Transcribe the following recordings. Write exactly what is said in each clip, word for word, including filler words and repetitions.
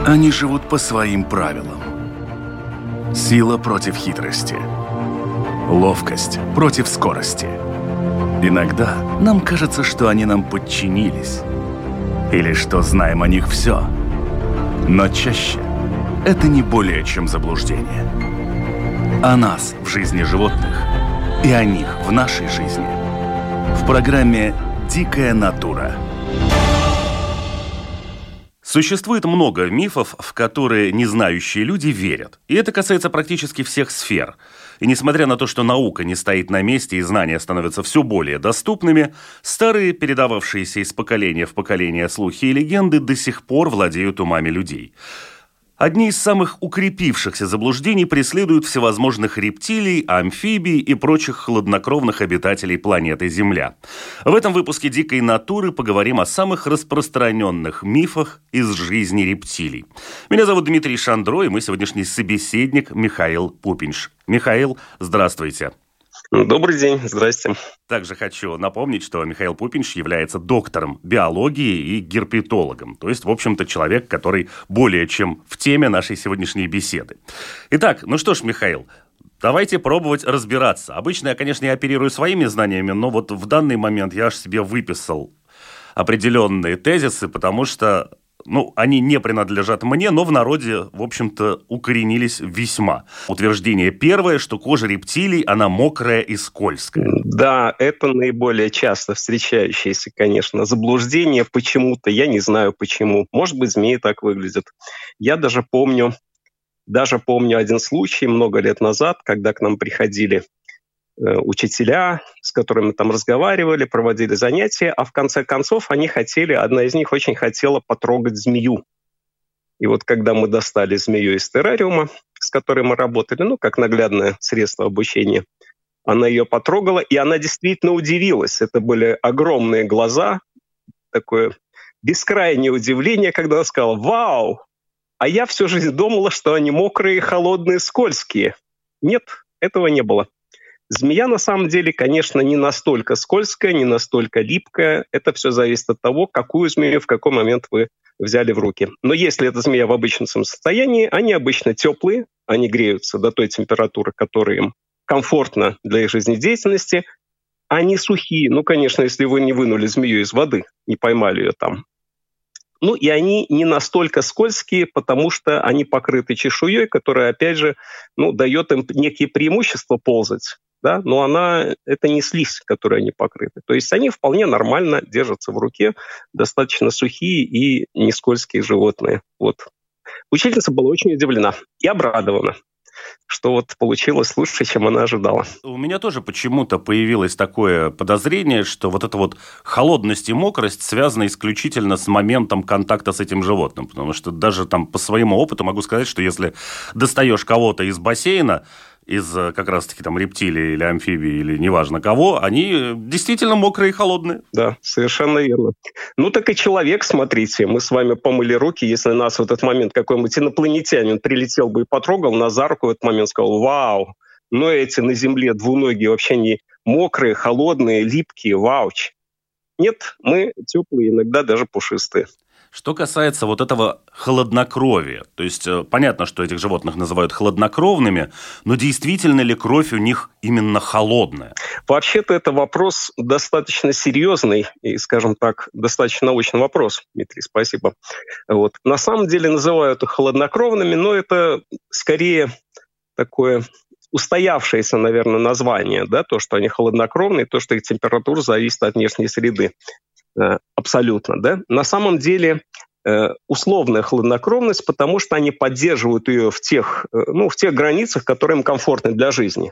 Они живут по своим правилам. Сила против хитрости. Ловкость против скорости. Иногда нам кажется, что они нам подчинились. Или что знаем о них все. Но чаще это не более чем заблуждение. О нас в жизни животных и о них в нашей жизни. В программе «Дикая натура». Существует много мифов, в которые незнающие люди верят. И это касается практически всех сфер. И несмотря на то, что наука не стоит на месте и знания становятся все более доступными, старые, передававшиеся из поколения в поколение слухи и легенды до сих пор владеют умами людей. Одни из самых укрепившихся заблуждений преследуют всевозможных рептилий, амфибий и прочих хладнокровных обитателей планеты Земля. В этом выпуске «Дикой натуры» поговорим о самых распространенных мифах из жизни рептилий. Меня зовут Дмитрий Шандро, и мой сегодняшний собеседник Михаил Пупинш. Михаил, здравствуйте. Добрый день, здрасте. Также хочу напомнить, что Михаил Пупинш является доктором биологии и герпетологом. То есть, в общем-то, человек, который более чем в теме нашей сегодняшней беседы. Итак, ну что ж, Михаил, давайте пробовать разбираться. Обычно я, конечно, не оперирую своими знаниями, но вот в данный момент я аж себе выписал определенные тезисы, потому что... Ну, они не принадлежат мне, но в народе, в общем-то, укоренились весьма. Утверждение первое, что кожа рептилий, она мокрая и скользкая. Да, это наиболее часто встречающееся, конечно, заблуждение почему-то. Я не знаю почему. Может быть, змеи так выглядят. Я даже помню, даже помню один случай много лет назад, когда к нам приходили учителя, с которыми там разговаривали, проводили занятия, а в конце концов они хотели, одна из них очень хотела потрогать змею. И вот когда мы достали змею из террариума, с которой мы работали, ну, как наглядное средство обучения, она ее потрогала, и она действительно удивилась. Это были огромные глаза, такое бескрайнее удивление, когда она сказала: «Вау! А я всю жизнь думала, что они мокрые, холодные, скользкие». Нет, этого не было. Змея, на самом деле, конечно, не настолько скользкая, не настолько липкая. Это все зависит от того, какую змею в какой момент вы взяли в руки. Но если эта змея в обычном состоянии, они обычно теплые, они греются до той температуры, которая им комфортна для их жизнедеятельности. Они сухие. Ну, конечно, если вы не вынули змею из воды, не поймали ее там. Ну, и они не настолько скользкие, потому что они покрыты чешуей, которая, опять же, ну, дает им некие преимущества ползать. Да, но она, это не слизь, которой они покрыты. То есть они вполне нормально держатся в руке, достаточно сухие и не скользкие животные. Вот. Учительница была очень удивлена и обрадована, что вот получилось лучше, чем она ожидала. У меня тоже почему-то появилось такое подозрение, что вот эта вот холодность и мокрость связана исключительно с моментом контакта с этим животным. Потому что даже там по своему опыту могу сказать, что если достаешь кого-то из бассейна, из как раз-таки там рептилии или амфибии, или неважно кого, они действительно мокрые и холодные. Да, совершенно верно. Ну так и человек, смотрите, мы с вами помыли руки, если нас в этот момент какой-нибудь инопланетянин прилетел бы и потрогал нас за руку в этот момент, сказал: «Вау, но эти на земле двуногие вообще не мокрые, холодные, липкие, вауч». Нет, мы теплые, иногда даже пушистые. Что касается вот этого хладнокровия, то есть понятно, что этих животных называют хладнокровными, но действительно ли кровь у них именно холодная? Вообще-то это вопрос достаточно серьезный и, скажем так, достаточно научный вопрос, Дмитрий, спасибо. Вот. На самом деле называют их хладнокровными, но это скорее такое устоявшееся, наверное, название, да, то, что они холоднокровные, то, что их температура зависит от внешней среды. Абсолютно, да. На самом деле э, условная хладнокровность, потому что они поддерживают ее в тех, э, ну, в тех границах, которые им комфортны для жизни.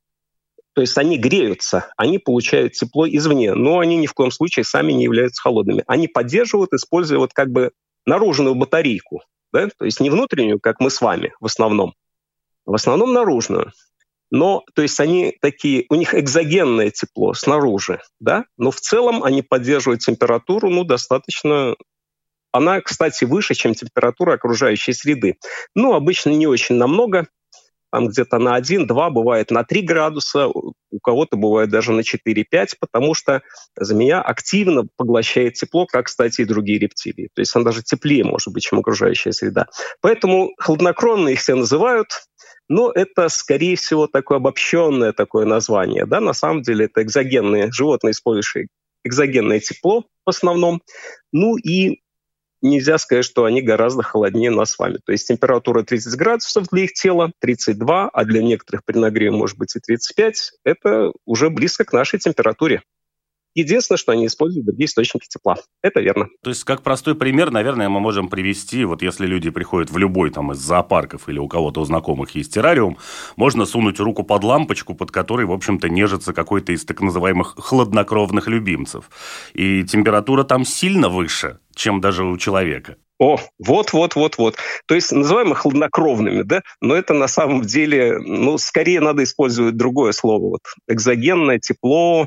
То есть они греются, они получают тепло извне, но они ни в коем случае сами не являются холодными. Они поддерживают, используя вот как бы наружную батарейку, да, то есть не внутреннюю, как мы с вами в основном, а в основном наружную. Но, то есть они такие, у них экзогенное тепло снаружи, да, но в целом они поддерживают температуру, ну, достаточно, она, кстати, выше, чем температура окружающей среды. Ну, обычно не очень намного, там где-то на один-два, бывает на три градуса, у кого-то бывает даже на четыре-пять, потому что змея активно поглощает тепло, как, кстати, и другие рептилии. То есть она даже теплее может быть, чем окружающая среда. Поэтому хладнокровные их все называют, но это, скорее всего, такое обобщенное такое название. Да? На самом деле это экзогенные животные, использующие экзогенное тепло в основном. Ну и нельзя сказать, что они гораздо холоднее нас с вами. То есть температура тридцать градусов для их тела, тридцать два, а для некоторых при нагреве может быть и тридцать пять. Это уже близко к нашей температуре. Единственное, что они используют другие источники тепла. Это верно. То есть, как простой пример, наверное, мы можем привести, вот если люди приходят в любой там из зоопарков или у кого-то у знакомых есть террариум, можно сунуть руку под лампочку, под которой, в общем-то, нежится какой-то из так называемых хладнокровных любимцев. И температура там сильно выше, чем даже у человека. О, вот-вот-вот-вот. То есть называем их хладнокровными, да? Но это на самом деле, ну, скорее надо использовать другое слово. Вот экзогенное, тепло,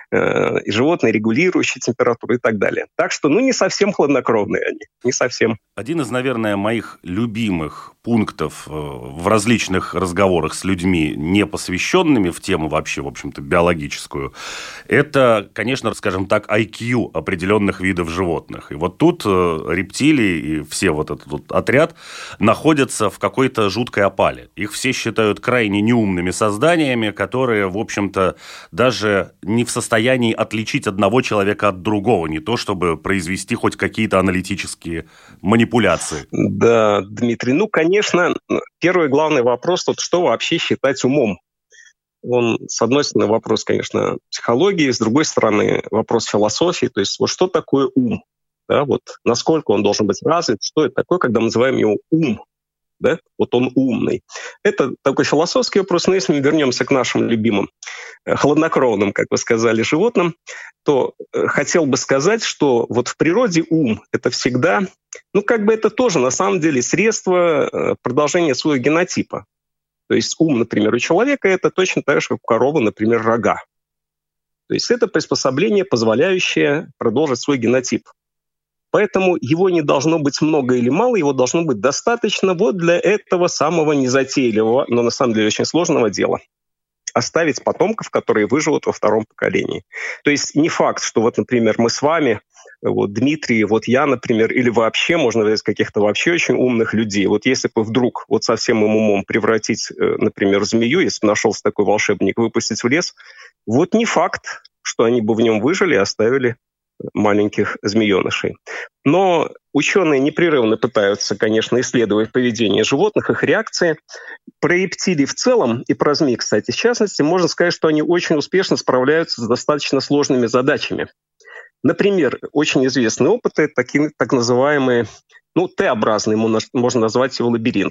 э, и животные, регулирующие температуру и так далее. Так что, ну, не совсем хладнокровные они, не совсем. Один из, наверное, моих любимых пунктов в различных разговорах с людьми, не посвященными в тему вообще, в общем-то, биологическую, это, конечно, скажем так, ай кью определенных видов животных. И вот тут рептилии и все вот этот вот отряд находятся в какой-то жуткой опале. Их все считают крайне неумными созданиями, которые, в общем-то, даже не в состоянии отличить одного человека от другого, не то чтобы произвести хоть какие-то аналитические манипуляции. Да, Дмитрий, ну, конечно, первый главный вопрос тут, что вообще считать умом? Он, с одной стороны, вопрос, конечно, психологии, с другой стороны, вопрос философии, то есть вот что такое ум? Да, вот насколько он должен быть развит, что это такое, когда мы называем его ум, да, вот он умный. Это такой философский вопрос, но если мы вернемся к нашим любимым хладнокровным, как вы сказали, животным, то хотел бы сказать, что вот в природе ум — это всегда, ну как бы это тоже на самом деле средство продолжения своего генотипа. То есть ум, например, у человека — это точно так же, как у коровы, например, рога. То есть это приспособление, позволяющее продолжить свой генотип. Поэтому его не должно быть много или мало, его должно быть достаточно вот для этого самого незатейливого, но на самом деле очень сложного дела. Оставить потомков, которые выживут во втором поколении. То есть не факт, что вот, например, мы с вами, вот Дмитрий, вот я, например, или вообще, можно взять каких-то вообще очень умных людей. Вот если бы вдруг вот со всем им умом превратить, например, змею, если бы нашелся такой волшебник, выпустить в лес, вот не факт, что они бы в нем выжили и оставили маленьких змеенышей. Но ученые непрерывно пытаются, конечно, исследовать поведение животных, их реакции. Про рептилий в целом и про змей, кстати, в частности, можно сказать, что они очень успешно справляются с достаточно сложными задачами. Например, очень известные опыты, такие, так называемые, ну, Т-образный, можно назвать его лабиринт.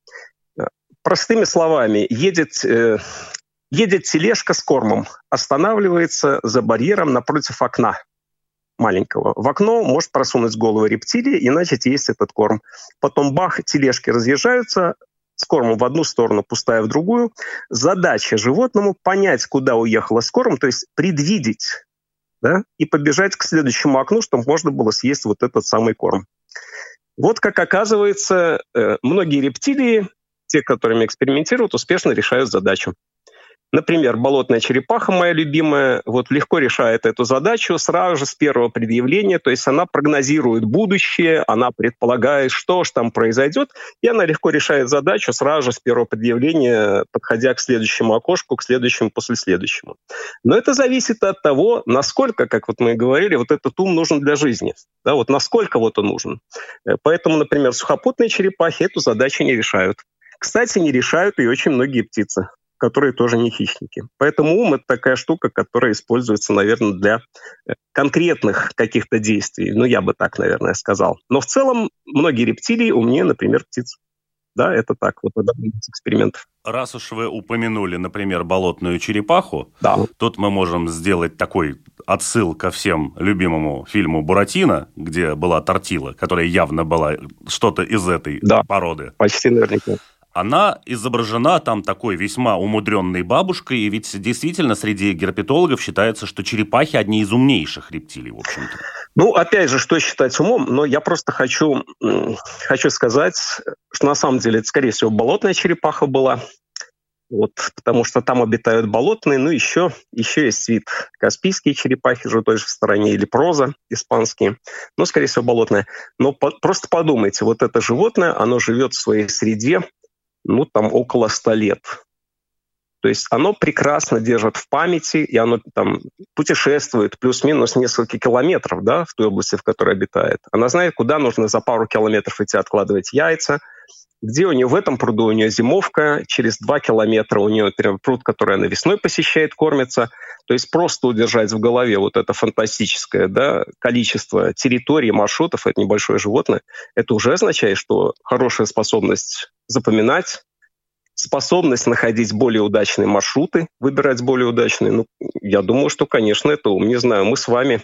Простыми словами, едет, э, едет тележка с кормом, останавливается за барьером напротив окна маленького. В окно может просунуть голову рептилии и начать есть этот корм. Потом бах, тележки разъезжаются, с кормом в одну сторону, пустая в другую. Задача животному понять, куда уехала с кормом, то есть предвидеть, да, и побежать к следующему окну, чтобы можно было съесть вот этот самый корм. Вот как оказывается, многие рептилии, те, которыми экспериментируют, успешно решают задачу. Например, болотная черепаха, моя любимая, вот легко решает эту задачу сразу же с первого предъявления, то есть она прогнозирует будущее, она предполагает, что же там произойдет, и она легко решает задачу сразу же с первого предъявления, подходя к следующему окошку, к следующему, после следующему. Но это зависит от того, насколько, как вот мы и говорили, вот этот ум нужен для жизни, да, вот насколько вот он нужен. Поэтому, например, сухопутные черепахи эту задачу не решают. Кстати, не решают и очень многие птицы, которые тоже не хищники. Поэтому ум — это такая штука, которая используется, наверное, для конкретных каких-то действий. Ну, я бы так, наверное, сказал. Но в целом многие рептилии умнее, например, птиц. Да, это так, вот один из экспериментов. Раз уж вы упомянули, например, болотную черепаху, да. Тут мы можем сделать такой отсыл ко всем любимому фильму «Буратино», где была тортила, которая явно была что-то из этой да, породы. Почти наверняка. Она изображена там такой весьма умудренной бабушкой, и ведь действительно среди герпетологов считается, что черепахи одни из умнейших рептилий, в общем-то. Ну, опять же, что считать умом, но я просто хочу, хочу сказать, что на самом деле это, скорее всего, болотная черепаха была. Вот, потому что там обитают болотные, ну еще, еще есть вид каспийские черепахи же в той же стороне, или проза испанские, но, скорее всего, болотные. Но по, просто подумайте, вот это животное, оно живет в своей среде, ну, там, около ста лет. То есть оно прекрасно держит в памяти, и оно там путешествует плюс-минус несколько километров, да, в той области, в которой обитает. Она знает, куда нужно за пару километров идти откладывать яйца, где у нее в этом пруду у нее зимовка, через два километра у нее например, пруд, который она весной посещает, кормится. То есть просто удержать в голове вот это фантастическое, да, количество территорий, маршрутов, это небольшое животное, это уже означает, что хорошая способность запоминать, способность находить более удачные маршруты, выбирать более удачные. Ну, я думаю, что, конечно, это ум. Не знаю, мы с вами,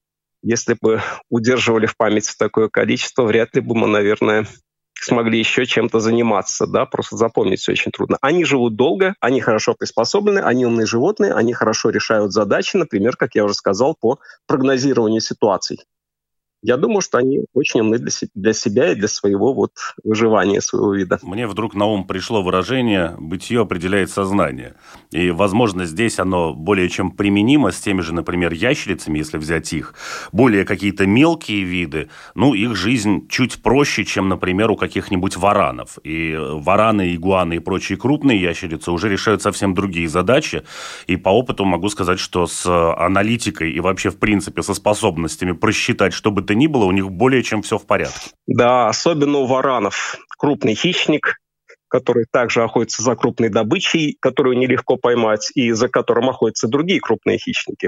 если бы удерживали в памяти такое количество, вряд ли бы мы, наверное, смогли еще чем-то заниматься, да, просто запомнить все очень трудно. Они живут долго, они хорошо приспособлены, они умные животные, они хорошо решают задачи, например, как я уже сказал, по прогнозированию ситуаций. Я думаю, что они очень умны для, се- для себя и для своего вот выживания, своего вида. Мне вдруг на ум пришло выражение «бытие определяет сознание». И, возможно, здесь оно более чем применимо с теми же, например, ящерицами, если взять их. Более какие-то мелкие виды, ну, их жизнь чуть проще, чем, например, у каких-нибудь варанов. И вараны, игуаны и прочие крупные ящерицы уже решают совсем другие задачи. И по опыту могу сказать, что с аналитикой и вообще, в принципе, со способностями просчитать, что бы то ни было, у них более чем все в порядке. Да, особенно у варанов. Крупный хищник, который также охотится за крупной добычей, которую нелегко поймать, и за которым охотятся другие крупные хищники.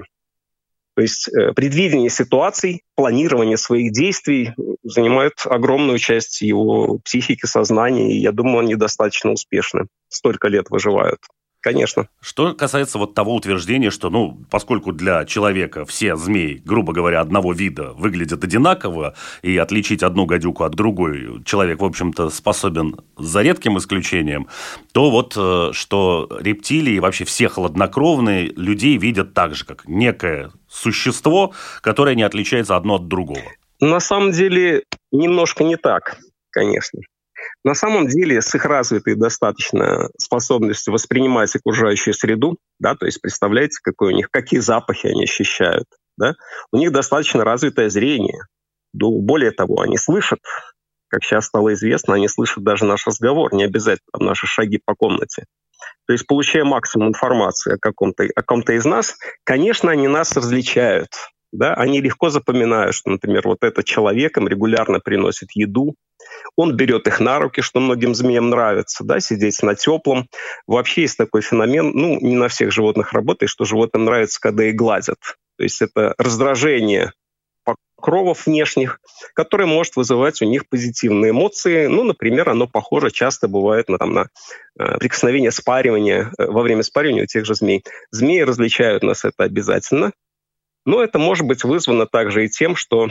То есть э, предвидение ситуаций, планирование своих действий занимает огромную часть его психики, сознания, и я думаю, они достаточно успешны. Столько лет выживают. Конечно. Что касается вот того утверждения, что, ну, поскольку для человека все змеи, грубо говоря, одного вида выглядят одинаково, и отличить одну гадюку от другой человек, в общем-то, способен за редким исключением, то вот, что рептилии, вообще все хладнокровные, людей видят так же, как некое существо, которое не отличается одно от другого. На самом деле, немножко не так, конечно. На самом деле, с их развитой достаточно способностью воспринимать окружающую среду, да, то есть представляете, какой у них, какие запахи они ощущают, да, у них достаточно развитое зрение. Более того, они слышат, как сейчас стало известно, они слышат даже наш разговор, не обязательно там, наши шаги по комнате. То есть, получая максимум информации о каком-то, о ком-то из нас, конечно, они нас различают. Да? Они легко запоминают, что, например, вот этот человек им регулярно приносит еду, он берет их на руки, что многим змеям нравится, да, сидеть на теплом. Вообще есть такой феномен, ну, не на всех животных работает, что животным нравится, когда их гладят. То есть это раздражение покровов внешних, которое может вызывать у них позитивные эмоции. Ну, например, оно похоже часто бывает на, там, на э, прикосновение спаривания, э, во время спаривания у тех же змей. Змеи различают нас это обязательно, но это может быть вызвано также и тем, что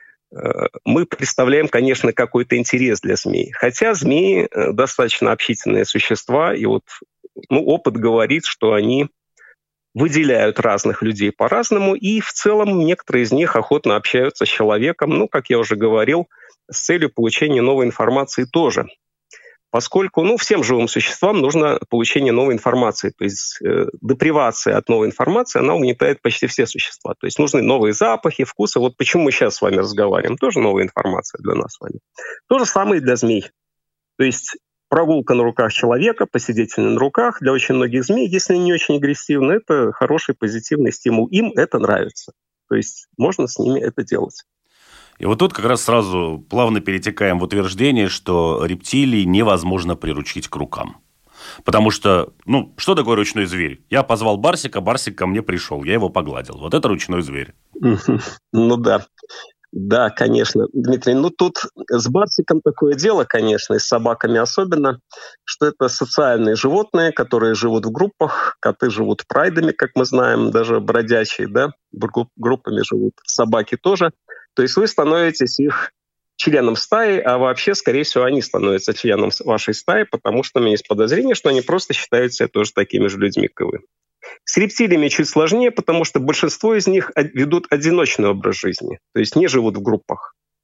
мы представляем, конечно, какой-то интерес для змей. Хотя змеи достаточно общительные существа, и вот ну, опыт говорит, что они выделяют разных людей по-разному, и в целом некоторые из них охотно общаются с человеком, ну, как я уже говорил, с целью получения новой информации тоже. Поскольку, ну, всем живым существам нужно получение новой информации. То есть э, депривация от новой информации, она угнетает почти все существа. То есть нужны новые запахи, вкусы. Вот почему мы сейчас с вами разговариваем. Тоже новая информация для нас с вами. То же самое и для змей. То есть прогулка на руках человека, посидетельно на руках для очень многих змей, если не очень агрессивно, это хороший позитивный стимул. Им это нравится. То есть можно с ними это делать. И вот тут как раз сразу плавно перетекаем в утверждение, что рептилий невозможно приручить к рукам. Потому что, ну, что такое ручной зверь? Я позвал Барсика, Барсик ко мне пришел, я его погладил. Вот это ручной зверь. Ну да. Да, конечно, Дмитрий. Ну тут с Барсиком такое дело, конечно, и с собаками особенно, что это социальные животные, которые живут в группах. Коты живут прайдами, как мы знаем, даже бродячие, да, группами живут. Собаки тоже. То есть вы становитесь их членом стаи, а вообще, скорее всего, они становятся членом вашей стаи, потому что у меня есть подозрение, что они просто считают себя тоже такими же людьми, как и вы. С рептилиями чуть сложнее, потому что большинство из них ведут одиночный образ жизни, то есть не живут в группах.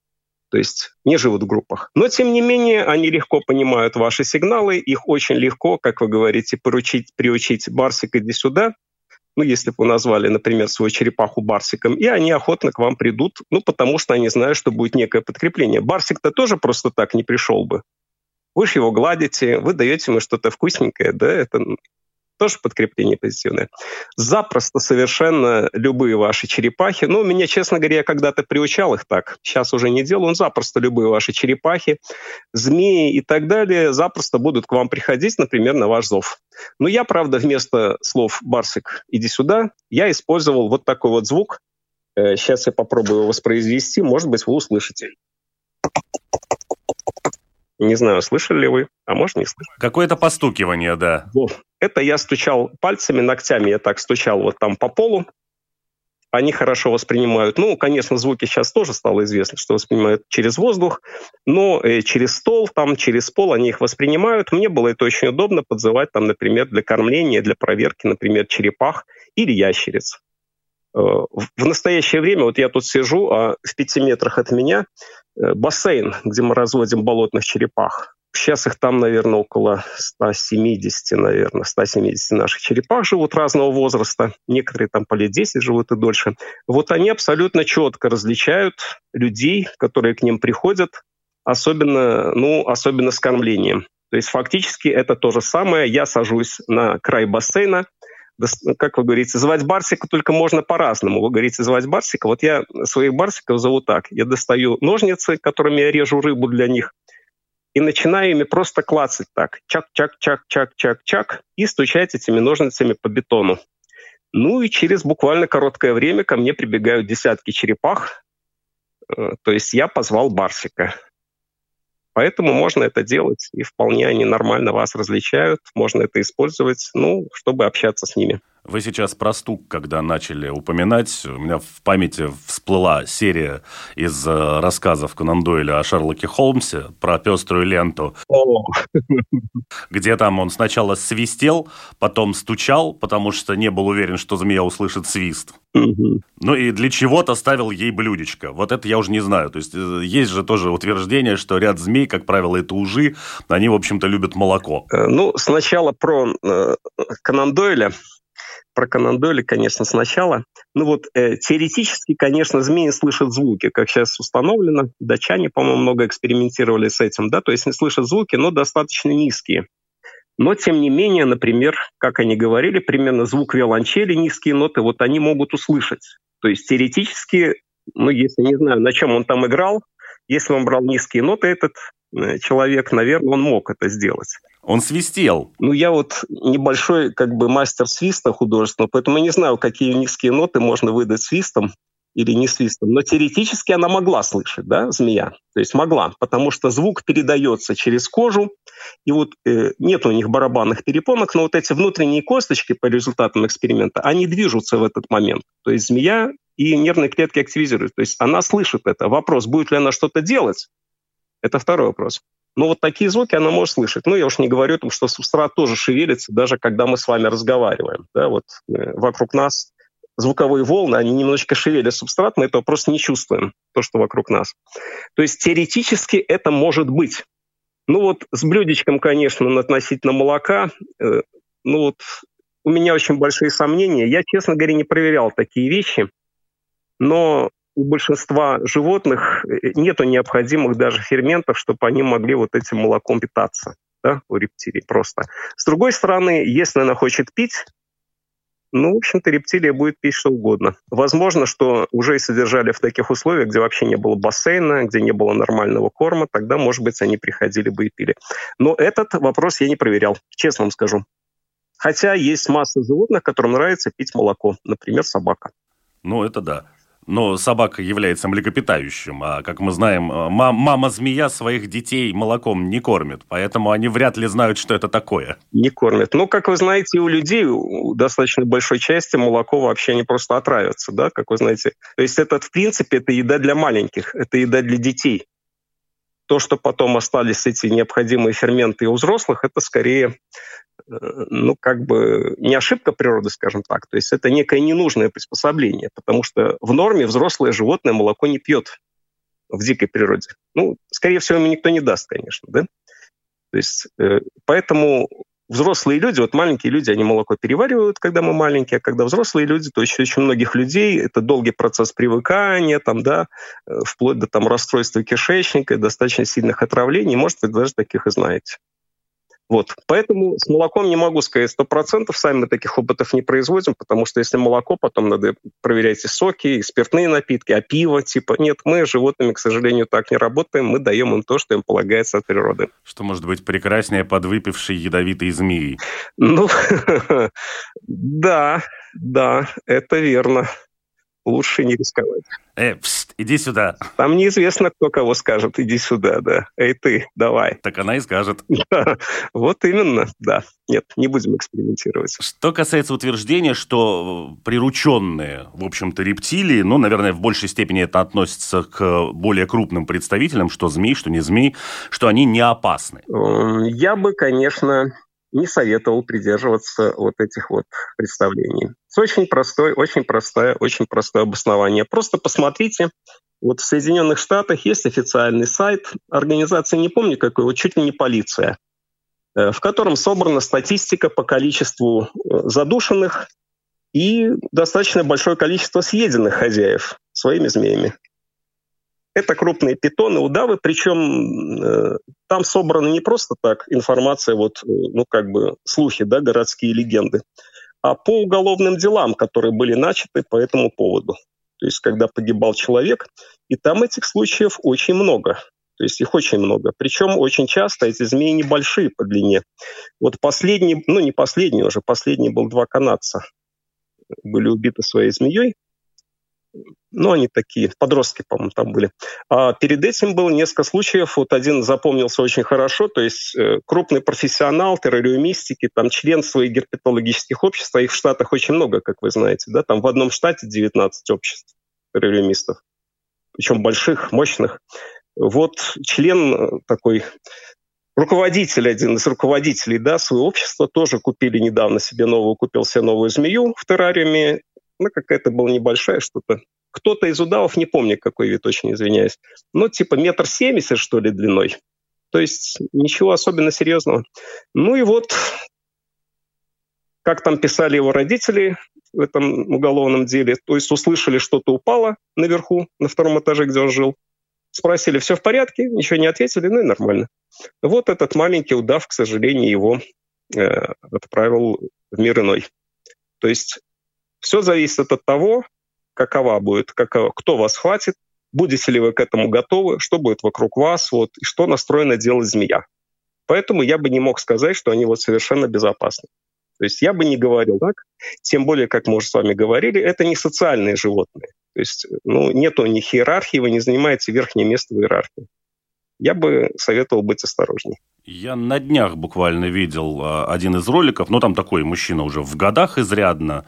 то есть не живут в группах. Но, тем не менее, они легко понимают ваши сигналы, их очень легко, как вы говорите, поручить, приучить: Барсик, иди сюда. Ну, если бы вы назвали, например, свою черепаху Барсиком, и они охотно к вам придут, ну, потому что они знают, что будет некое подкрепление. Барсик-то тоже просто так не пришел бы. Вы же его гладите, вы даете ему что-то вкусненькое, да, это тоже подкрепление позитивное. Запросто совершенно любые ваши черепахи. Ну, меня, честно говоря, я когда-то приучал их так. Сейчас уже не делаю. Он запросто любые ваши черепахи, змеи и так далее запросто будут к вам приходить, например, на ваш зов. Но я, правда, вместо слов «Барсик, иди сюда», я использовал вот такой вот звук. Сейчас я попробую его воспроизвести. Может быть, вы услышите. Не знаю, слышали ли вы, а может, не слышали. Какое-то постукивание, да. Вот. Это я стучал пальцами, ногтями я так стучал вот там по полу. Они хорошо воспринимают. Ну, конечно, звуки сейчас тоже стало известно, что воспринимают через воздух, но э, через стол, там, через пол они их воспринимают. Мне было это очень удобно подзывать, там, например, для кормления, для проверки, например, черепах или ящериц. Э, в настоящее время, вот я тут сижу, а в пяти метрах от меня э, бассейн, где мы разводим болотных черепах. Сейчас их там, наверное, около ста семидесяти, наверное, ста семидесяти наших черепах живут разного возраста. Некоторые там по лет десять живут и дольше. Вот они абсолютно четко различают людей, которые к ним приходят, особенно, ну, особенно с кормлением. То есть фактически это то же самое. Я сажусь на край бассейна. Как вы говорите, звать Барсика только можно по-разному. Вы говорите, звать Барсика. Вот я своих Барсиков зову так. Я достаю ножницы, которыми я режу рыбу для них, и начинаю ими просто клацать так. Чак-чак-чак-чак-чак-чак. И стучать этими ножницами по бетону. Ну и через буквально короткое время ко мне прибегают десятки черепах. То есть я позвал Барсика. Поэтому можно это делать, и вполне они нормально вас различают. Можно это использовать, ну, чтобы общаться с ними. Вы сейчас про стук, когда начали упоминать, у меня в памяти всплыла серия из рассказов Конан Дойля о Шерлоке Холмсе про пеструю ленту, О. где там он сначала свистел, потом стучал, потому что не был уверен, что змея услышит свист. Угу. Ну и для чего-то ставил ей блюдечко. Вот это я уже не знаю. То есть есть же тоже утверждение, что ряд змей, как правило, это ужи, они, в общем-то, любят молоко. Ну, сначала про э, Конан Дойля. Про Конан Дойля, конечно, сначала. Ну вот э, теоретически, конечно, змеи слышат звуки, как сейчас установлено. Датчане, по-моему, много экспериментировали с этим, да, то есть не слышат звуки, но достаточно низкие. Но, тем не менее, например, как они говорили, примерно звук виолончели, низкие ноты, вот они могут услышать. То есть теоретически, ну, если, не знаю, на чем он там играл, если он брал низкие ноты, этот э, человек, наверное, он мог это сделать. Он свистел. Ну, я вот небольшой как бы мастер свиста художественного, поэтому я не знаю, какие низкие ноты можно выдать свистом или не свистом. Но теоретически она могла слышать, да, змея. То есть могла, потому что звук передается через кожу, и вот э, нет у них барабанных перепонок, но вот эти внутренние косточки по результатам эксперимента, они движутся в этот момент. То есть змея и нервные клетки активизируют. То есть она слышит это. Вопрос, будет ли она что-то делать, это второй вопрос. Но вот такие звуки она может слышать. Ну, я уж не говорю о том, что субстрат тоже шевелится, даже когда мы с вами разговариваем. Да, вот э, вокруг нас звуковые волны, они немножечко шевелят субстрат, мы этого просто не чувствуем, то, что вокруг нас. То есть теоретически это может быть. Ну вот с блюдечком, конечно, относительно молока, э, ну вот у меня очень большие сомнения. Я, честно говоря, не проверял такие вещи, но у большинства животных нету необходимых даже ферментов, чтобы они могли вот этим молоком питаться, да, у рептилий просто. С другой стороны, если она хочет пить, ну, в общем-то, рептилия будет пить что угодно. Возможно, что уже и содержали в таких условиях, где вообще не было бассейна, где не было нормального корма, тогда, может быть, они приходили бы и пили. Но этот вопрос я не проверял, честно вам скажу. Хотя есть масса животных, которым нравится пить молоко, например, собака. Ну, это да. Но собака является млекопитающим, а, как мы знаем, мам- мама-змея своих детей молоком не кормит, поэтому они вряд ли знают, что это такое. Не кормят. Ну, как вы знаете, у людей, у достаточно большой части, молоко вообще не просто отравится, да, как вы знаете. То есть это, в принципе, это еда для маленьких, это еда для детей. То, что потом остались эти необходимые ферменты у взрослых, это скорее, ну, как бы не ошибка природы, скажем так. То есть это некое ненужное приспособление, потому что в норме взрослое животное молоко не пьет. в дикой природе? Ну, скорее всего, ему никто не даст, конечно, да? То есть, э, поэтому взрослые люди, вот маленькие люди, они молоко переваривают, когда мы маленькие, а когда взрослые люди, то еще очень многих людей, это долгий процесс привыкания, там, да, э, вплоть до там, расстройства кишечника, достаточно сильных отравлений, может, вы даже таких и знаете. Вот. Поэтому с молоком не могу сказать сто процентов, сами мы таких опытов не производим, потому что если молоко, потом надо проверять и соки, и спиртные напитки, а пиво, типа, нет, мы с животными, к сожалению, так не работаем, мы даем им то, что им полагается от природы. Что может быть прекраснее подвыпившей ядовитой змеи? Ну, да, да, это верно. Лучше не рисковать. Э, пст, иди сюда. Там неизвестно, кто кого скажет. Иди сюда, да. Эй, ты, давай. Так она и скажет. Да, вот именно, да. Нет, не будем экспериментировать. Что касается утверждения, что прирученные, в общем-то, рептилии, ну, наверное, в большей степени это относится к более крупным представителям, что змей, что не змей, что они не опасны. Я бы, конечно, не советовал придерживаться вот этих вот представлений. Это очень простое, очень простое, очень простое обоснование. Просто посмотрите, вот в Соединенных Штатах есть официальный сайт организации, не помню какой, вот чуть ли не полиция, в котором собрана статистика по количеству задушенных и достаточно большое количество съеденных хозяев своими змеями. Это крупные питоны, удавы, причем э, там собрана не просто так информация, вот, ну, как бы слухи, да, городские легенды, а по уголовным делам, которые были начаты по этому поводу. То есть, когда погибал человек, и там этих случаев очень много. То есть их очень много. Причем очень часто эти змеи небольшие по длине. Вот последний, ну не последний уже, последний был два канадца. Были убиты своей змеей. Ну, они такие, подростки, по-моему, там были. А перед этим было несколько случаев. Вот один запомнился очень хорошо. То есть э, крупный профессионал террариумистики, там членство и герпетологических обществ, а их в Штатах очень много, как вы знаете. Да? Там в одном штате девятнадцать обществ террариумистов. Причем больших, мощных. Вот член такой, руководитель, один из руководителей, да, своего общества, тоже купили недавно себе новую, купил себе новую змею в террариуме. Ну, какая-то была небольшая что-то. Кто-то из удавов, не помню, какой вид, очень извиняюсь, ну, типа метр семьдесят, что ли, длиной. То есть ничего особенно серьезного. Ну и вот, как там писали его родители в этом уголовном деле, то есть услышали, что-то упало наверху, на втором этаже, где он жил. Спросили, все в порядке, ничего не ответили, ну и нормально. Вот этот маленький удав, к сожалению, его э, отправил в мир иной. То есть все зависит от того, какова будет, какова, кто вас хватит, будете ли вы к этому готовы, что будет вокруг вас, вот, и что настроена делать змея. Поэтому я бы не мог сказать, что они вот совершенно безопасны. То есть я бы не говорил так, тем более, как мы уже с вами говорили, это не социальные животные. То есть ну, нет у них иерархии, вы не занимаете верхнее место в иерархии. Я бы советовал быть осторожнее. Я на днях буквально видел один из роликов, но там такой мужчина уже в годах изрядно,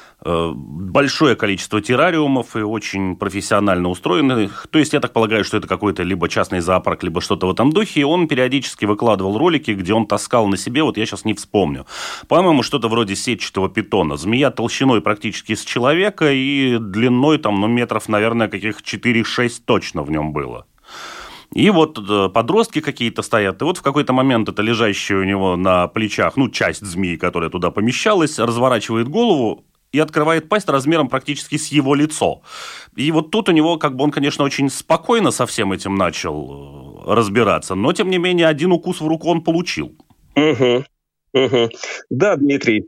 большое количество террариумов и очень профессионально устроенных. То есть я так полагаю, что это какой-то либо частный зоопарк, либо что-то в этом духе. И он периодически выкладывал ролики, где он таскал на себе, вот я сейчас не вспомню, по-моему, что-то вроде сетчатого питона. Змея толщиной практически с человека и длиной там, ну, метров, наверное, каких четыре-шесть точно в нем было. И вот подростки какие-то стоят, и вот в какой-то момент это лежащая у него на плечах, ну, часть змеи, которая туда помещалась, разворачивает голову и открывает пасть размером практически с его лицо. И вот тут у него, как бы он, конечно, очень спокойно со всем этим начал разбираться, но, тем не менее, один укус в руку он получил. Угу, угу. Да, Дмитрий.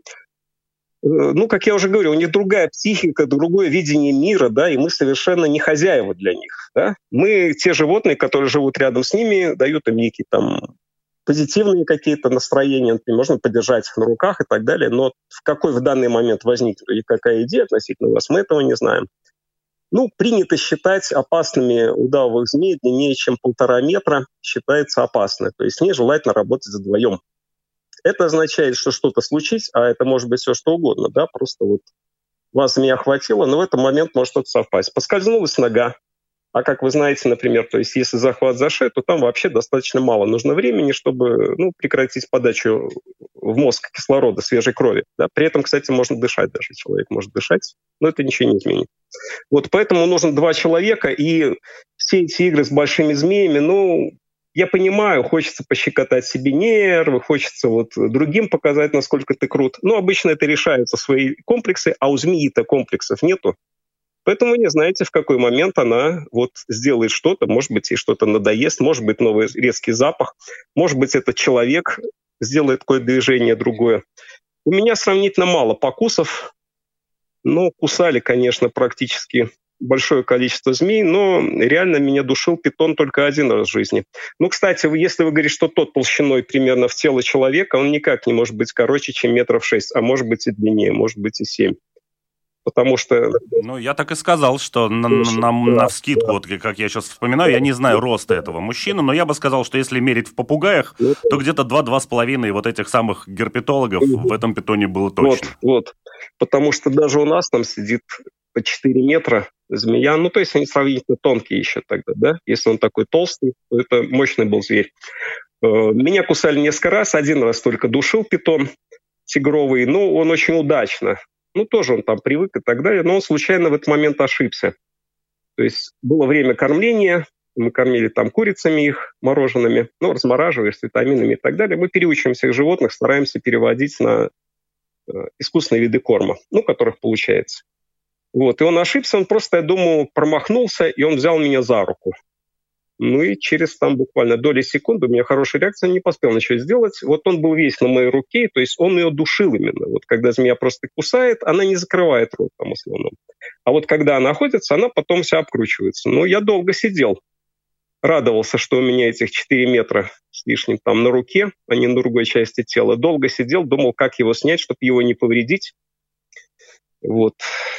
Ну, как я уже говорил, у них другая психика, другое видение мира, да, и мы совершенно не хозяева для них, да. Мы те животные, которые живут рядом с ними, дают им некие там позитивные какие-то настроения, например, можно подержать их на руках и так далее, но в какой в данный момент возникнет и какая идея относительно вас, мы этого не знаем. Ну, принято считать опасными удавовых змей длиннее, чем полтора метра, считается опасно, то есть с ней желательно работать вдвоем. Это означает, что что-то случится, а это может быть все что угодно, да, просто вот вас змея охватила, но в этот момент может что-то совпасть. Поскользнулась нога, а как вы знаете, например, то есть если захват за шею, то там вообще достаточно мало нужно времени, чтобы ну, прекратить подачу в мозг кислорода, свежей крови. Да? При этом, кстати, можно дышать даже. Человек может дышать, но это ничего не изменит. Вот поэтому нужно два человека, и все эти игры с большими змеями, ну, я понимаю, хочется пощекотать себе нервы, хочется вот другим показать, насколько ты крут. Но обычно это решаются свои комплексы, а у змеи-то комплексов нету. Поэтому не знаете, в какой момент она вот сделает что-то, может быть, ей что-то надоест, может быть, новый резкий запах, может быть, этот человек сделает какое-то движение другое. У меня сравнительно мало покусов, но кусали, конечно, практически большое количество змей, но реально меня душил питон только один раз в жизни. Ну, кстати, если вы говорите, что тот толщиной примерно в тело человека, он никак не может быть короче, чем метров шесть, а может быть и длиннее, может быть и семь. Потому что... Ну, я так и сказал, что на, на, на вскидку, вот как я сейчас вспоминаю, я не знаю роста этого мужчины, но я бы сказал, что если мерить в попугаях, то где-то два-два с половиной вот этих самых герпетологов в этом питоне было точно. Вот, вот. Потому что даже у нас там сидит по четыре метра змея, ну, то есть они сравнительно тонкие еще тогда, да? Если он такой толстый, то это мощный был зверь. Меня кусали несколько раз, один раз только душил питон тигровый, но он очень удачно. Ну, тоже он там привык и так далее, но он случайно в этот момент ошибся. То есть было время кормления, мы кормили там курицами их, мороженными, ну, размораживая с витаминами и так далее. Мы переучиваем всех животных, стараемся переводить на э, искусственные виды корма, ну, которых получается. Вот, и он ошибся, он просто, я думаю, промахнулся, и он взял меня за руку. Ну и через там буквально доли секунды, у меня хорошая реакция, не поспел ничего сделать. Вот он был весь на моей руке, то есть он ее душил именно. Вот когда змея просто кусает, она не закрывает рот там в основном. А вот когда она охотится, она потом вся обкручивается. Ну, я долго сидел, радовался, что у меня этих четыре метра с лишним там на руке, а не на другой части тела. Долго сидел, думал, как его снять, чтобы его не повредить. Вот.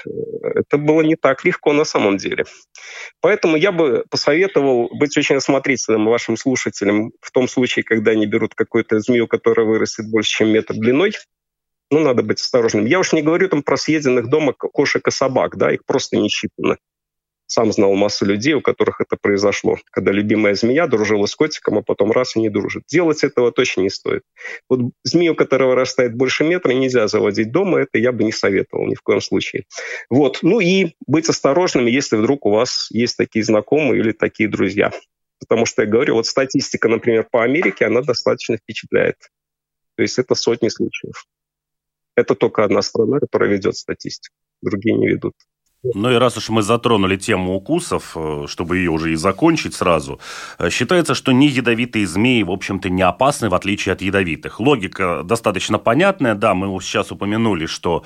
Это было не так легко на самом деле. Поэтому я бы посоветовал быть очень осмотрительным вашим слушателям в том случае, когда они берут какую-то змею, которая вырастет больше, чем метр длиной. Ну, надо быть осторожным. Я уж не говорю там про съеденных дома кошек и собак, да, их просто не считано. Сам знал массу людей, у которых это произошло, когда любимая змея дружила с котиком, а потом раз и не дружит. Делать этого точно не стоит. Вот змею, которая вырастает больше метра, нельзя заводить дома, это я бы не советовал ни в коем случае. Вот. Ну и быть осторожными, если вдруг у вас есть такие знакомые или такие друзья. Потому что я говорю, вот статистика, например, по Америке, она достаточно впечатляет. То есть это сотни случаев. Это только одна страна, которая ведет статистику, другие не ведут. Ну и раз уж мы затронули тему укусов, чтобы ее уже и закончить сразу, считается, что не ядовитые змеи, в общем-то, не опасны, в отличие от ядовитых. Логика достаточно понятная, да, мы сейчас упомянули, что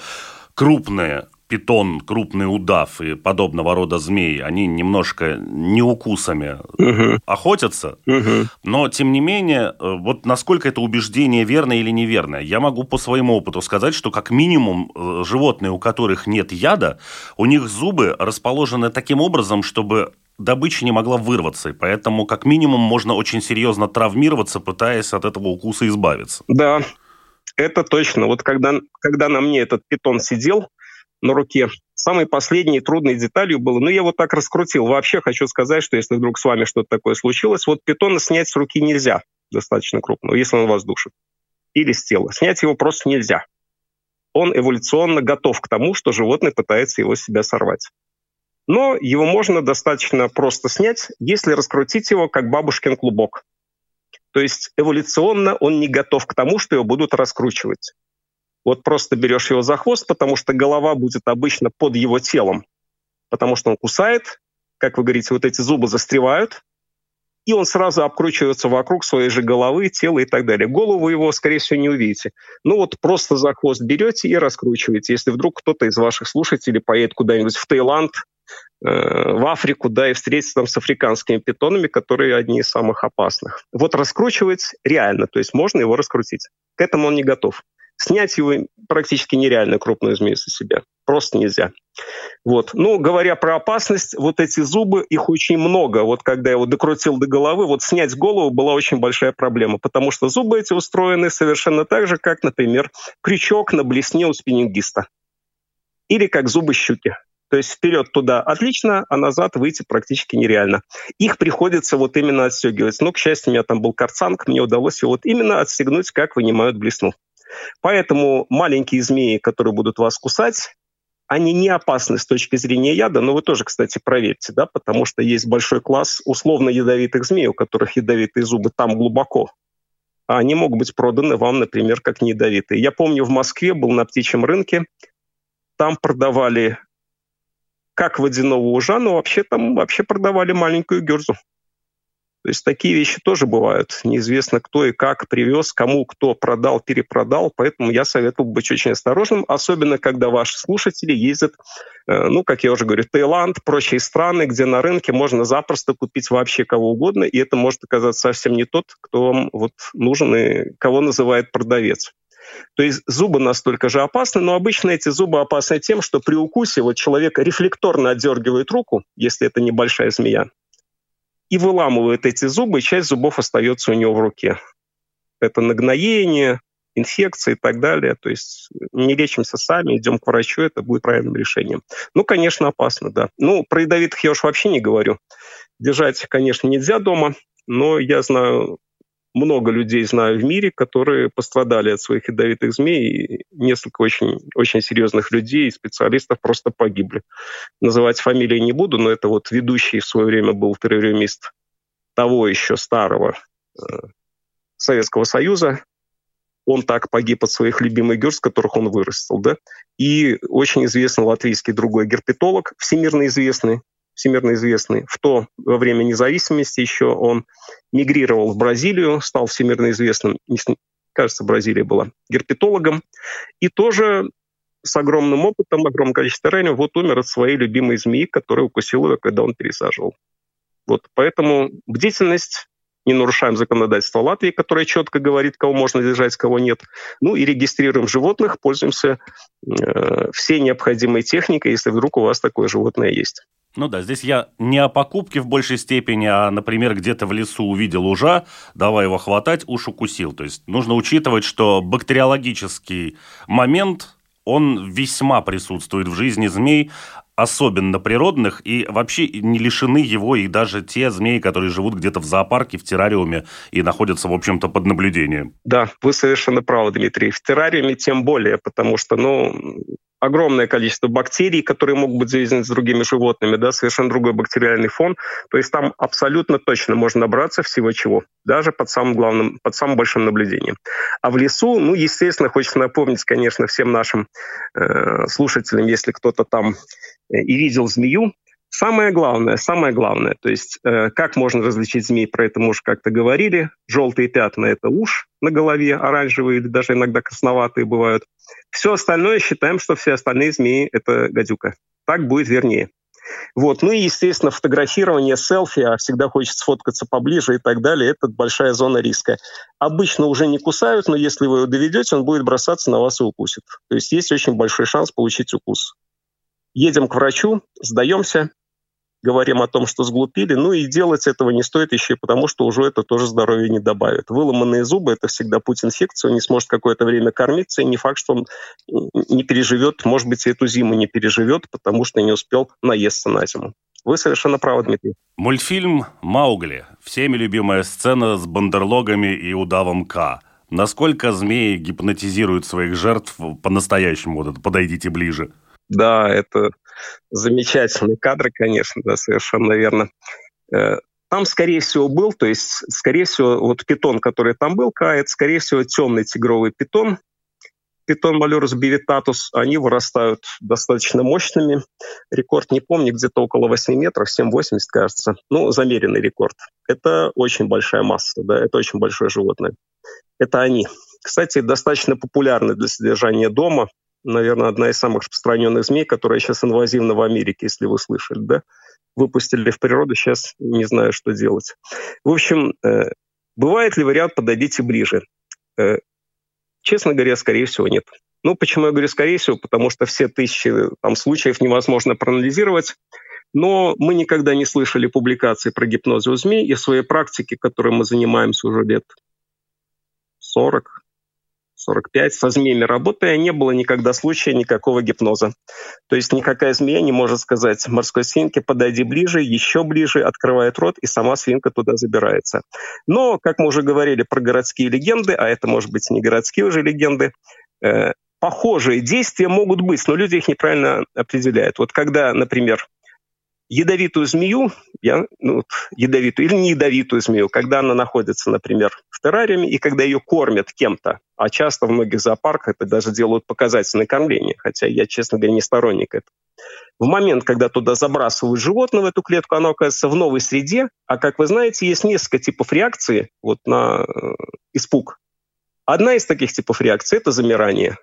крупные питон, крупный удав и подобного рода змеи, они немножко не укусами uh-huh. охотятся, uh-huh. но, тем не менее, вот насколько это убеждение верное или неверное, я могу по своему опыту сказать, что как минимум животные, у которых нет яда, у них зубы расположены таким образом, чтобы добыча не могла вырваться, и поэтому как минимум можно очень серьезно травмироваться, пытаясь от этого укуса избавиться. Да, это точно. Вот когда, когда на мне этот питон сидел, на руке. Самой последней трудной деталью было, ну, я вот так раскрутил. Вообще хочу сказать, что если вдруг с вами что-то такое случилось, вот питона снять с руки нельзя, достаточно крупного, если он вас душит. Или с тела. Снять его просто нельзя. Он эволюционно готов к тому, что животное пытается его с себя сорвать. Но его можно достаточно просто снять, если раскрутить его, как бабушкин клубок. То есть эволюционно он не готов к тому, что его будут раскручивать. Вот просто берешь его за хвост, потому что голова будет обычно под его телом. Потому что он кусает, как вы говорите, вот эти зубы застревают, и он сразу обкручивается вокруг своей же головы, тела и так далее. Голову его, скорее всего, не увидите. Ну вот просто за хвост берете и раскручиваете. Если вдруг кто-то из ваших слушателей поедет куда-нибудь в Таиланд, э, в Африку, да, и встретится там с африканскими питонами, которые одни из самых опасных. Вот раскручивать реально, то есть можно его раскрутить. К этому он не готов. Снять его практически нереально, крупную змею со себя. Просто нельзя. Вот. Ну, говоря про опасность, вот эти зубы, их очень много. Вот когда я его докрутил до головы, вот снять голову была очень большая проблема, потому что зубы эти устроены совершенно так же, как, например, крючок на блесне у спиннингиста. Или как зубы щуки. То есть вперед туда отлично, а назад выйти практически нереально. Их приходится вот именно отстегивать. Но, к счастью, у меня там был карцанг, мне удалось его вот именно отстегнуть, как вынимают блесну. Поэтому маленькие змеи, которые будут вас кусать, они не опасны с точки зрения яда, но вы тоже, кстати, проверьте, да, потому что есть большой класс условно ядовитых змей, у которых ядовитые зубы там глубоко, а они могут быть проданы вам, например, как неядовитые. Я помню, в Москве был на птичьем рынке, там продавали как водяного ужа, но вообще там вообще продавали маленькую гюрзу. То есть такие вещи тоже бывают. Неизвестно, кто и как привез, кому кто продал, перепродал. Поэтому я советую быть очень осторожным, особенно когда ваши слушатели ездят, ну, как я уже говорю, Таиланд, прочие страны, где на рынке можно запросто купить вообще кого угодно, и это может оказаться совсем не тот, кто вам вот нужен и кого называет продавец. То есть зубы настолько же опасны, но обычно эти зубы опасны тем, что при укусе вот человек рефлекторно отдергивает руку, если это небольшая змея, и выламывает эти зубы, и часть зубов остается у него в руке. Это нагноение, инфекции и так далее. То есть не лечимся сами, идем к врачу, это будет правильным решением. Ну, конечно, опасно, да. Ну, про ядовитых я уж вообще не говорю. Держать, конечно, нельзя дома, но я знаю, много людей знаю в мире, которые пострадали от своих ядовитых змей, и несколько очень, очень серьезных людей и специалистов просто погибли. Называть фамилии не буду, но это вот ведущий в свое время был террорист того еще старого э, Советского Союза. Он так погиб от своих любимых гюрз, которых он вырастил, да. И очень известный латвийский другой герпетолог, всемирно известный, всемирно известный. В то во время независимости еще он мигрировал в Бразилию, стал всемирно известным, кажется, Бразилия была, герпетологом. И тоже с огромным опытом, огромным количеством ранений, вот умер от своей любимой змеи, которая укусила его, когда он пересаживал. Вот, поэтому бдительность, не нарушаем законодательство Латвии, которое четко говорит, кого можно держать, кого нет. Ну и регистрируем животных, пользуемся э, всей необходимой техникой, если вдруг у вас такое животное есть. Ну да, здесь я не о покупке в большей степени, а, например, где-то в лесу увидел ужа, давай его хватать, уж укусил. То есть нужно учитывать, что бактериологический момент, он весьма присутствует в жизни змей, особенно природных, и вообще не лишены его и даже те змеи, которые живут где-то в зоопарке, в террариуме и находятся, в общем-то, под наблюдением. Да, вы совершенно правы, Дмитрий. В террариуме тем более, потому что, ну, огромное количество бактерий, которые могут быть завязаны с другими животными, да, совершенно другой бактериальный фон. То есть там абсолютно точно можно набраться всего чего, даже под самым главным, под самым большим наблюдением. А в лесу, ну, естественно, хочется напомнить, конечно, всем нашим э, слушателям, если кто-то там и видел змею, самое главное, самое главное, то есть э, как можно различить змей, про это мы уже как-то говорили. Желтые пятна – это уж на голове, оранжевые или даже иногда красноватые бывают. Все остальное считаем, что все остальные змеи – это гадюка. Так будет вернее. Вот. Ну и, естественно, фотографирование, селфи, а всегда хочется сфоткаться поближе и так далее, это большая зона риска. Обычно уже не кусают, но если вы его доведете, он будет бросаться на вас и укусит. То есть есть очень большой шанс получить укус. Едем к врачу, сдаемся, говорим о том, что сглупили, ну и делать этого не стоит еще и потому, что уже это тоже здоровье не добавит. Выломанные зубы – это всегда путь инфекции, он не сможет какое-то время кормиться, и не факт, что он не переживет, может быть, и эту зиму не переживет, потому что не успел наесться на зиму. Вы совершенно правы, Дмитрий. Мультфильм «Маугли». Всеми любимая сцена с бандерлогами и удавом К. Насколько змеи гипнотизируют своих жертв по-настоящему? Вот это «подойдите ближе». Да, это замечательные кадры, конечно, да, совершенно верно. Там, скорее всего, был, то есть, скорее всего, вот питон, который там был, это, скорее всего, темный тигровый питон, питон Малюрус бивитатус, они вырастают достаточно мощными. Рекорд не помню, где-то около восемь метров, семь восемьдесят, кажется. Ну, замеренный рекорд. Это очень большая масса, да, это очень большое животное. Это они. Кстати, достаточно популярны для содержания дома. Наверное, одна из самых распространенных змей, которая сейчас инвазивна в Америке, если вы слышали, да? Выпустили в природу, сейчас не знаю, что делать. В общем, э, бывает ли вариант «подойдите ближе»? Э, честно говоря, скорее всего, нет. Ну, почему я говорю «скорее всего»? Потому что все тысячи там, случаев невозможно проанализировать, но мы никогда не слышали публикаций про гипноз у змей, и в своей практике, которой мы занимаемся уже лет сорок, сорок пять со змеями работая, не было никогда случая никакого гипноза. То есть никакая змея не может сказать морской свинке: подойди ближе, еще ближе, открывает рот, и сама свинка туда забирается. Но, как мы уже говорили про городские легенды, а это, может быть, не городские уже легенды, э, похожие действия могут быть, но люди их неправильно определяют. Вот когда, например, ядовитую змею, я, ну, ядовитую или не ядовитую змею, когда она находится, например, в террариуме, и когда ее кормят кем-то, а часто в многих зоопарках это даже делают показательное кормление, хотя я, честно говоря, не сторонник этого. В момент, когда туда забрасывают животное в эту клетку, оно оказывается в новой среде, а, как вы знаете, есть несколько типов реакции вот, на э, испуг. Одна из таких типов реакции – это замирание.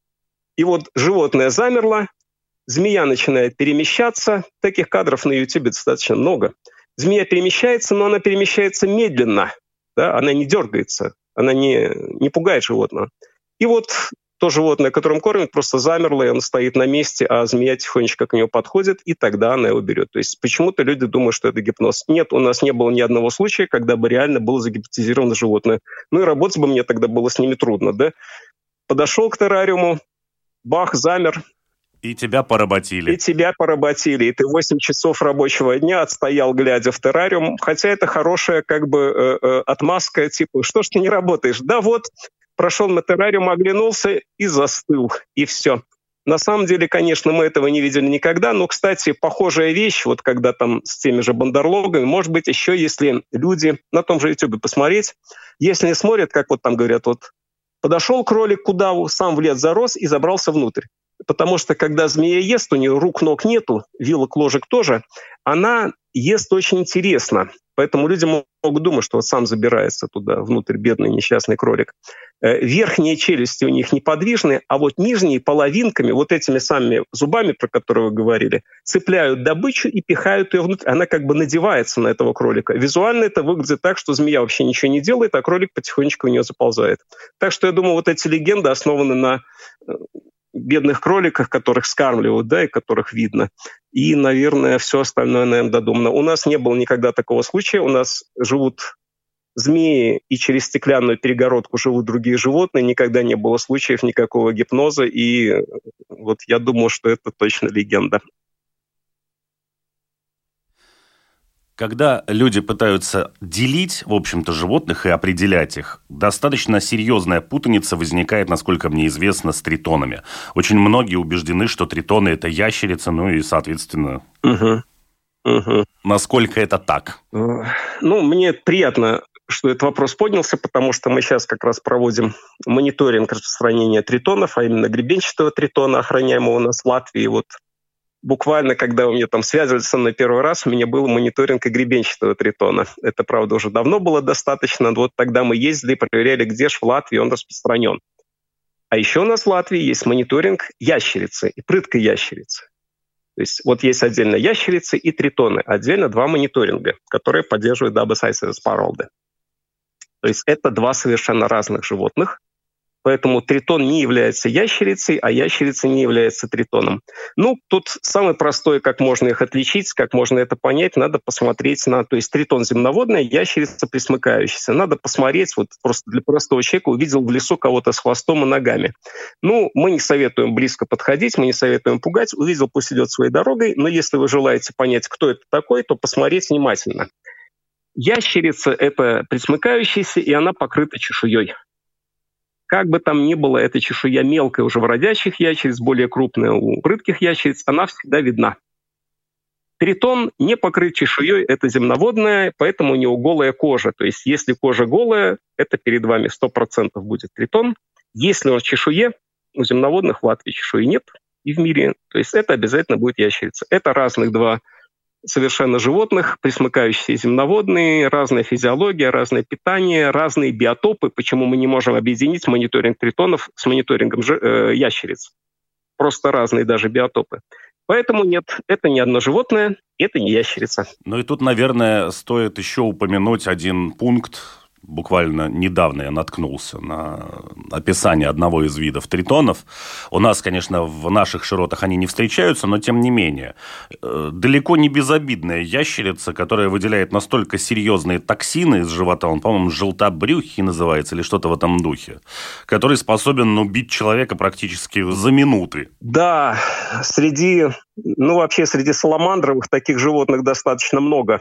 И вот животное замерло, змея начинает перемещаться. Таких кадров на YouTube достаточно много. Змея перемещается, но она перемещается медленно. Да? Она не дергается, она не, не пугает животного. И вот то животное, которым кормят, просто замерло, и оно стоит на месте, а змея тихонечко к нему подходит, и тогда она его берет. То есть почему-то люди думают, что это гипноз. Нет, у нас не было ни одного случая, когда бы реально было загипнотизировано животное. Ну и работать бы мне тогда было с ними трудно. Да? Подошел к террариуму, бах, замер. И тебя поработили. И тебя поработили. И ты восемь часов рабочего дня отстоял, глядя в террариум. Хотя это хорошая как бы э, э, отмазка, типа, что ж ты не работаешь? Да вот, прошел на террариум, оглянулся и застыл. И все. На самом деле, конечно, мы этого не видели никогда. Но, кстати, похожая вещь, вот когда там с теми же бандерлогами, может быть, еще если люди на том же YouTube посмотреть, если не смотрят, как вот там говорят, вот подошел кролик куда, сам в лес зарос и забрался внутрь. Потому что, когда змея ест, у нее рук, ног нету, вилок, ложек тоже, она ест очень интересно. Поэтому люди могут думать, что вот сам забирается туда, внутрь, бедный несчастный кролик. Верхние челюсти у них неподвижные, а вот нижние половинками, вот этими самыми зубами, про которые вы говорили, цепляют добычу и пихают ее внутрь. Она как бы надевается на этого кролика. Визуально это выглядит так, что змея вообще ничего не делает, а кролик потихонечку в нее заползает. Так что я думаю, вот эти легенды основаны на бедных кроликах, которых скармливают, да, и которых видно. И, наверное, все остальное, наверное, додумано. У нас не было никогда такого случая. У нас живут змеи, и через стеклянную перегородку живут другие животные. Никогда не было случаев никакого гипноза. И вот я думаю, что это точно легенда. Когда люди пытаются делить, в общем-то, животных и определять их, достаточно серьезная путаница возникает, насколько мне известно, с тритонами. Очень многие убеждены, что тритоны – это ящерицы, ну и, соответственно, угу. Угу. насколько это так? Ну, мне приятно, что этот вопрос поднялся, потому что мы сейчас как раз проводим мониторинг распространения тритонов, а именно гребенчатого тритона, охраняемого у нас в Латвии. Вот буквально, когда у меня там связывались со мной первый раз, у меня был мониторинг и гребенчатого тритона. Это, правда, уже давно было достаточно. Вот тогда мы ездили и проверяли, где же в Латвии он распространен. А еще у нас в Латвии есть мониторинг ящерицы и прыткой ящерицы. То есть вот есть отдельно ящерицы и тритоны. Отдельно два мониторинга, которые поддерживают Dabas aizsardzības pārvalde. То есть это два совершенно разных животных. Поэтому тритон не является ящерицей, а ящерица не является тритоном. Ну, тут самое простое, как можно их отличить, как можно это понять, надо посмотреть на... То есть тритон земноводная, ящерица пресмыкающаяся. Надо посмотреть, вот просто для простого человека увидел в лесу кого-то с хвостом и ногами. Ну, мы не советуем близко подходить, мы не советуем пугать. Увидел, пусть идет своей дорогой. Но если вы желаете понять, кто это такой, то посмотреть внимательно. Ящерица — это пресмыкающаяся, и она покрыта чешуей. Как бы там ни было, эта чешуя мелкая уже в родящих ящериц, более крупная у прытких ящериц, она всегда видна. Тритон не покрыт чешуей, это земноводная, поэтому у него голая кожа. То есть если кожа голая, это перед вами сто процентов будет тритон. Если он в чешуе, у земноводных в Латвии чешуи нет и в мире, то есть это обязательно будет ящерица. Это разных два совершенно животных, пресмыкающиеся и земноводные, разная физиология, разное питание, разные биотопы. Почему мы не можем объединить мониторинг тритонов с мониторингом ж- э, ящериц? Просто разные даже биотопы. Поэтому нет, это не одно животное, это не ящерица. Ну и тут, наверное, стоит еще упомянуть один пункт. Буквально недавно я наткнулся на описание одного из видов тритонов. У нас, конечно, в наших широтах они не встречаются, но тем не менее. Далеко не безобидная ящерица, которая выделяет настолько серьезные токсины из живота, он, по-моему, желтобрюхий называется, или что-то в этом духе, который способен убить человека практически за минуты. Да, среди, ну вообще среди саламандровых таких животных достаточно много.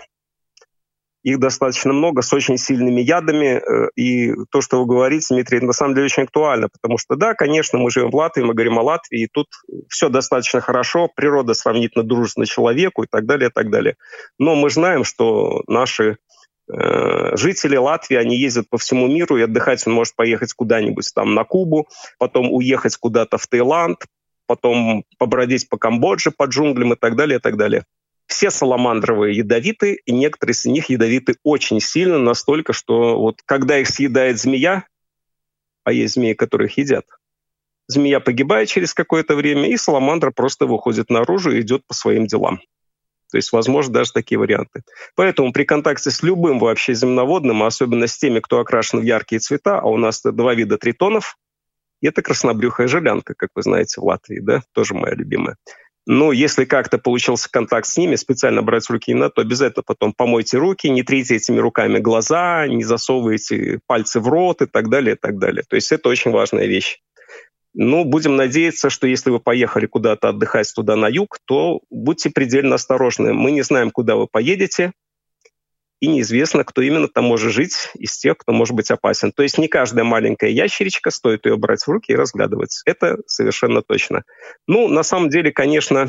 Их достаточно много, с очень сильными ядами. И то, что вы говорите, Дмитрий, на самом деле очень актуально, потому что, да, конечно, мы живем в Латвии, мы говорим о Латвии, и тут все достаточно хорошо, природа сравнительно дружественна человеку и так далее, и так далее. Но мы знаем, что наши э, жители Латвии, они ездят по всему миру, и отдыхать он может поехать куда-нибудь там на Кубу, потом уехать куда-то в Таиланд, потом побродить по Камбодже, по джунглям и так далее, и так далее. Все саламандровые ядовиты, и некоторые из них ядовиты очень сильно, настолько, что вот когда их съедает змея, а есть змеи, которые их едят, змея погибает через какое-то время, и саламандра просто выходит наружу и идет по своим делам. То есть, возможно, даже такие варианты. Поэтому при контакте с любым вообще земноводным, особенно с теми, кто окрашен в яркие цвета, а у нас два вида тритонов, это краснобрюхая жилянка, как вы знаете, в Латвии, да, тоже моя любимая. Но если как-то получился контакт с ними, специально брать в руки не надо, то обязательно потом помойте руки, не трите этими руками глаза, не засовывайте пальцы в рот и так далее, и так далее. То есть это очень важная вещь. Ну, будем надеяться, что если вы поехали куда-то отдыхать туда на юг, то будьте предельно осторожны. Мы не знаем, куда вы поедете, и неизвестно, кто именно там может жить из тех, кто может быть опасен. То есть не каждая маленькая ящеричка, стоит ее брать в руки и разглядывать. Это совершенно точно. Ну, на самом деле, конечно,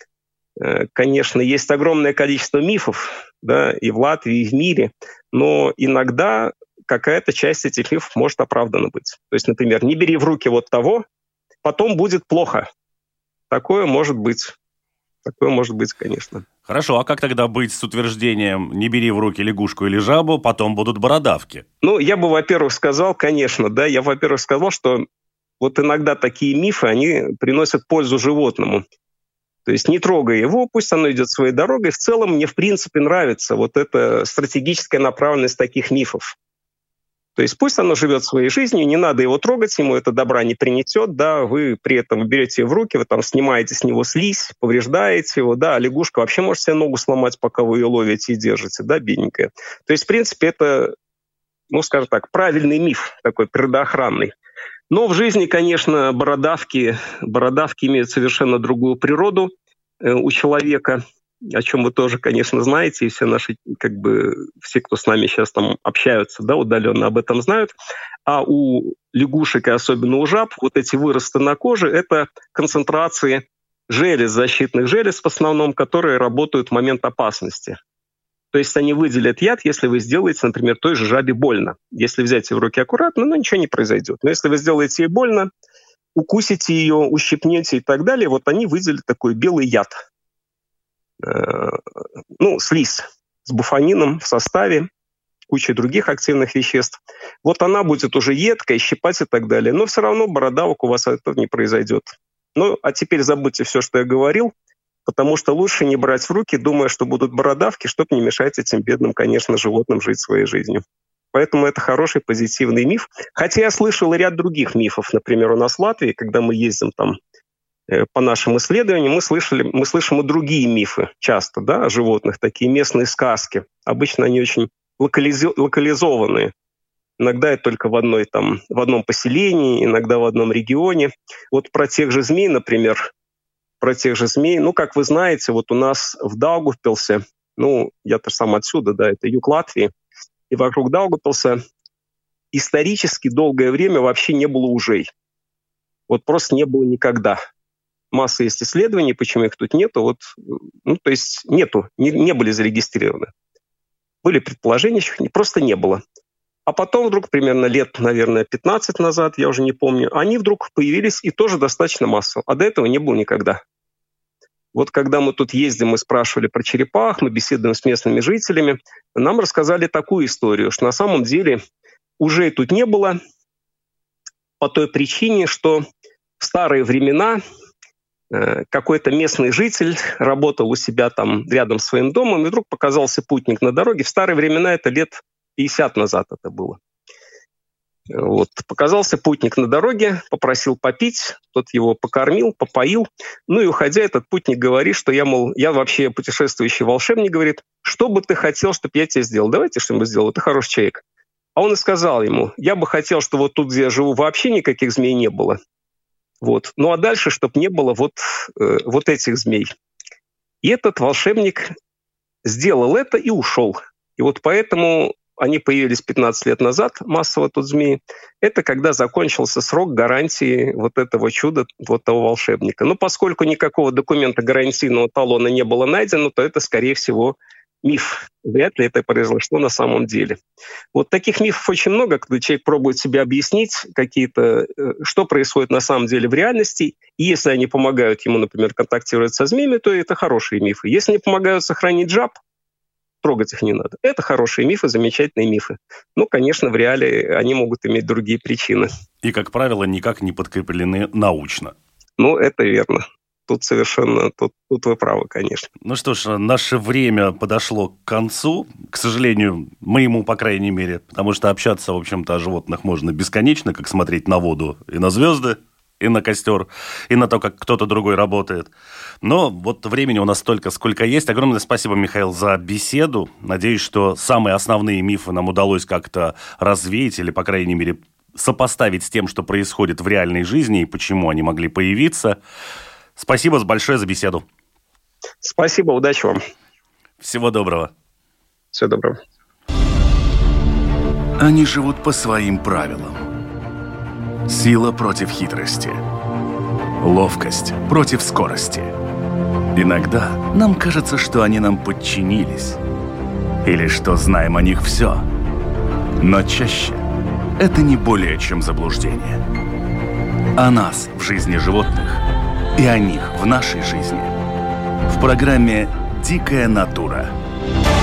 конечно, есть огромное количество мифов, да, и в Латвии, и в мире, но иногда какая-то часть этих мифов может оправдана быть. То есть, например, не бери в руки вот того, потом будет плохо. Такое может быть. Такое может быть, конечно. Хорошо, а как тогда быть с утверждением «не бери в руки лягушку или жабу, потом будут бородавки»? Ну, я бы, во-первых, сказал, конечно, да, я, во-первых, сказал, что вот иногда такие мифы, они приносят пользу животному. То есть не трогай его, пусть оно идет своей дорогой. В целом мне, в принципе, нравится вот эта стратегическая направленность таких мифов. То есть пусть оно живет своей жизнью, не надо его трогать, ему это добра не принесет, да, вы при этом берете его в руки, вы там снимаете с него слизь, повреждаете его, да, а лягушка вообще может себе ногу сломать, пока вы ее ловите и держите, да, бедненькая. То есть, в принципе, это, ну, скажем так, правильный миф, такой природоохранный. Но в жизни, конечно, бородавки, бородавки имеют совершенно другую природу э, у человека, о чем вы тоже, конечно, знаете, и все наши, как бы, все, кто с нами сейчас там общаются, да, удаленно об этом знают. А у лягушек, и особенно у жаб, вот эти выросты на коже — это концентрации желез, защитных желез в основном, которые работают в момент опасности. То есть они выделят яд, если вы сделаете, например, той же жабе больно. Если взять ее в руки аккуратно, ну, ничего не произойдет. Но если вы сделаете ей больно, укусите ее, ущипнете и так далее, вот они выделят такой белый яд. Ну, слизь с буфанином в составе, кучей других активных веществ. Вот она будет уже едкой, щипать и так далее. Но все равно бородавок у вас это не произойдет. Ну, а теперь забудьте все, что я говорил, потому что лучше не брать в руки, думая, что будут бородавки, чтобы не мешать этим бедным, конечно, животным жить своей жизнью. Поэтому это хороший, позитивный миф. Хотя я слышал и ряд других мифов. Например, у нас в Латвии, когда мы ездим там по нашим исследованиям, мы, слышали, мы слышим и другие мифы часто, да, о животных, такие местные сказки. Обычно они очень локализи- локализованные. Иногда это только в, одной, там, в одном поселении, иногда в одном регионе. Вот про тех же змей, например, про тех же змей, ну, как вы знаете, вот у нас в Даугавпилсе, ну, я-то сам отсюда, да, это юг Латвии, и вокруг Даугавпилса исторически долгое время вообще не было ужей. Вот просто не было никогда. Масса есть исследований, почему их тут нету. Вот, ну, то есть нету, не, не были зарегистрированы. Были предположения, их просто не было. А потом вдруг, примерно лет, наверное, пятнадцать назад, я уже не помню, они вдруг появились и тоже достаточно массово. А до этого не было никогда. Вот когда мы тут ездим, мы спрашивали про черепах, мы беседуем с местными жителями, нам рассказали такую историю, что на самом деле ужей тут не было по той причине, что в старые времена какой-то местный житель работал у себя там рядом с своим домом, и вдруг показался путник на дороге. В старые времена, это лет пятьдесят назад это было. Вот. Показался путник на дороге, попросил попить, тот его покормил, попоил. Ну и уходя, этот путник говорит, что я, мол, я вообще путешествующий волшебник, говорит, что бы ты хотел, чтобы я тебе сделал? Давайте что-нибудь сделал, ты хороший человек. А он и сказал ему, я бы хотел, чтобы вот тут, где я живу, вообще никаких змей не было. Вот. Ну а дальше, чтобы не было вот, э, вот этих змей. И этот волшебник сделал это и ушел. И вот поэтому они появились пятнадцать лет назад, массово тут змеи. Это когда закончился срок гарантии вот этого чуда, вот того волшебника. Но поскольку никакого документа гарантийного талона не было найдено, то это, скорее всего, миф. Вряд ли это произошло на самом деле. Вот таких мифов очень много, когда человек пробует себе объяснить какие-то, что происходит на самом деле в реальности. И если они помогают ему, например, контактировать со змеями, то это хорошие мифы. Если они помогают сохранить джаб, трогать их не надо. Это хорошие мифы, замечательные мифы. Ну, конечно, в реале они могут иметь другие причины. И, как правило, никак не подкреплены научно. Ну, это верно. Тут совершенно, тут, тут вы правы, конечно. Ну что ж, наше время подошло к концу. К сожалению, моему, по крайней мере, потому что общаться, в общем-то, о животных можно бесконечно, как смотреть на воду и на звезды, и на костер, и на то, как кто-то другой работает. Но вот времени у нас столько, сколько есть. Огромное спасибо, Михаил, за беседу. Надеюсь, что самые основные мифы нам удалось как-то развеять или, по крайней мере, сопоставить с тем, что происходит в реальной жизни и почему они могли появиться. Спасибо большое за беседу. Спасибо, удачи вам. Всего доброго. Всего доброго. Они живут по своим правилам. Сила против хитрости. Ловкость против скорости. Иногда нам кажется, что они нам подчинились. Или что знаем о них все. Но чаще это не более чем заблуждение. О нас в жизни животных и о них в нашей жизни. В программе «Дикая натура».